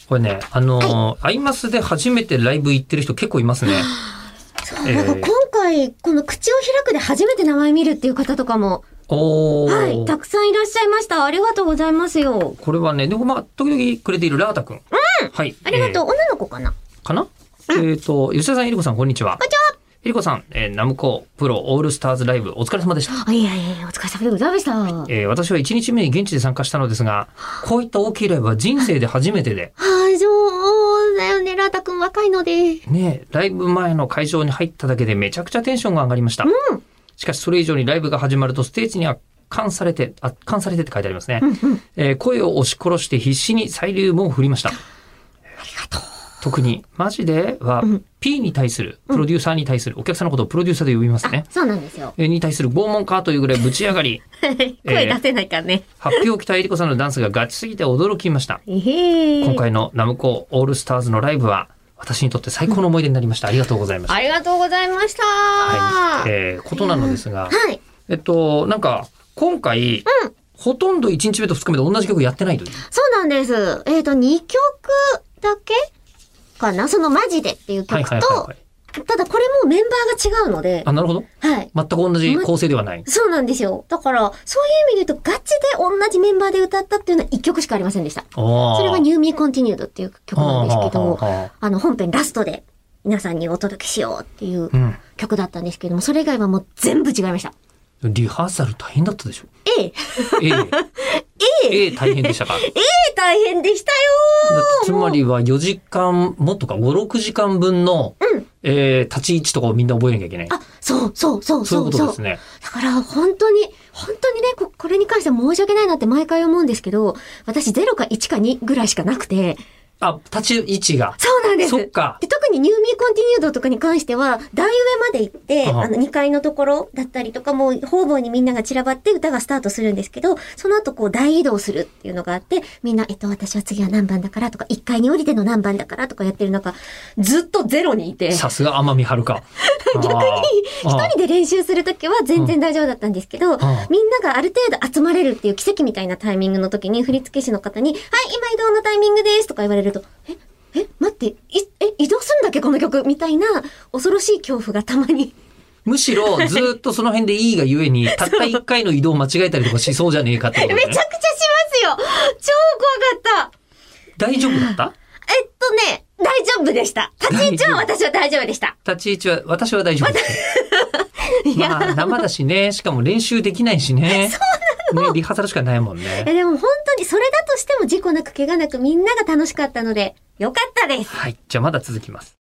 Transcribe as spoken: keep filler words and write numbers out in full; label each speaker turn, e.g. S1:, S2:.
S1: これね、あのーはい、アイマスで初めてライブ行ってる人結構いますね。
S2: えー、なんか今回、この口を開くで初めて名前見るっていう方とかも、
S1: おー。
S2: はい、たくさんいらっしゃいました。ありがとうございますよ。
S1: これはね、でもまあ、時々くれているラータくん。
S2: うん。
S1: はい。
S2: ありがとう。えー、女の子かな
S1: かな、うん、えっ、ー、と、吉田さん、えりこさん、こんにちは。
S2: こんにちは。
S1: えりこさん、えー、ナムコプロオールスターズライブお疲れ様でした。
S2: いやいやいや、お疲れ様でございました。
S1: えー、私はいちにちめに現地で参加したのですが、こういった大きいライブは人生で初めてで。
S2: はい、そうだよね、ラータくん若いので。
S1: ね、ライブ前の会場に入っただけでめちゃくちゃテンションが上がりました。
S2: うん。し
S1: かしそれ以上にライブが始まるとステージには感されて、あ、感されてって書いてありますね。うんうん、えー、声を押し殺して必死にサイリウムを振りました。あり
S2: がとう。
S1: 特にマジでは、うん、P に対するプロデューサーに対する、うん、お客さんのことをプロデューサーで呼びますね。
S2: そうなんですよ。
S1: えー、に対する拷問かというぐらいぶち上がり
S2: 声出せないからね、
S1: えー、発表を着たえりこさんのダンスがガチすぎて驚きました。
S2: えー、
S1: 今回のナムコオールスターズのライブは私にとって最高の思い出になりました。ありがとうございました。
S2: ありがとうございました。
S1: はい、えー、ことなのですが、
S2: はい、
S1: えっとなんか今回、うん、ほとんどいちにちめとふつかめで同じ曲やってないという。
S2: そうなんです。えっとにきょくだけかな、そのマジでっていう曲と、はいはいはいはい、ただこれもメンバーが違うので。
S1: あ、なるほど。
S2: はい。
S1: 全く同じ構成ではない。
S2: ま、そうなんですよ。だから、そういう意味で言うと、ガチで同じメンバーで歌ったっていうのは一曲しかありませんでした。それが New Me Continued っていう曲なんですけど、あの本編ラストで皆さんにお届けしようっていう曲だったんですけども、それ以外はもう全部違いました。
S1: リハーサル大変だったでしょ。
S2: ええ。
S1: ええ。
S2: え
S1: え大変でしたか。
S2: ええ大変でしたよ
S1: ー。つまりはよじかんもっとかご、ろくじかんぶんの、うんえー、立ち位置とかをみんな覚えなきゃいけない。
S2: あ、そうそうそうそう。
S1: そういうことですね。
S2: だから本当に、本当にねこ、これに関しては申し訳ないなって毎回思うんですけど、私ゼロかいちかにぐらいしかなくて。
S1: あ、立ち位置が。
S2: そうなんです。
S1: そっか。
S2: で、特にニューミーコンティニュードとかに関しては、台上まで行って、あのにかいのところだったりとか、もう方々にみんなが散らばって歌がスタートするんですけど、その後こう大移動するっていうのがあって、みんな、えっと、私は次は何番だからとか、いっかいに降りての何番だからとかやってる中、ずっとゼロにいて。
S1: さすが天海遥。
S2: 逆に、一人で練習するときは全然大丈夫だったんですけど、みんながある程度集まれるっていう奇跡みたいなタイミングの時に、振付師の方に、はい、今移動のタイミングですとか言われると、ええ、待って、い、え、移動すんだっけこの曲みたいな恐ろしい恐怖がたまに。
S1: むしろずっとその辺でいいがゆえに、たったいっかいの移動間違えたりとかしそうじゃねえかってことね。
S2: めちゃくちゃしますよ。超怖かった。
S1: 大丈夫だった？
S2: えっとね、大丈夫でした。立ち位置は私は大丈夫でした。
S1: 立ち位置は私は大丈夫です。まあ生だしね、しかも練習できないしね。そうなの。ね、リハーサルしかないもんね。
S2: え、でも本当にそれだとしても事故なく怪我なくみんなが楽しかったので、よかったです。
S1: はい。じゃあまだ続きます。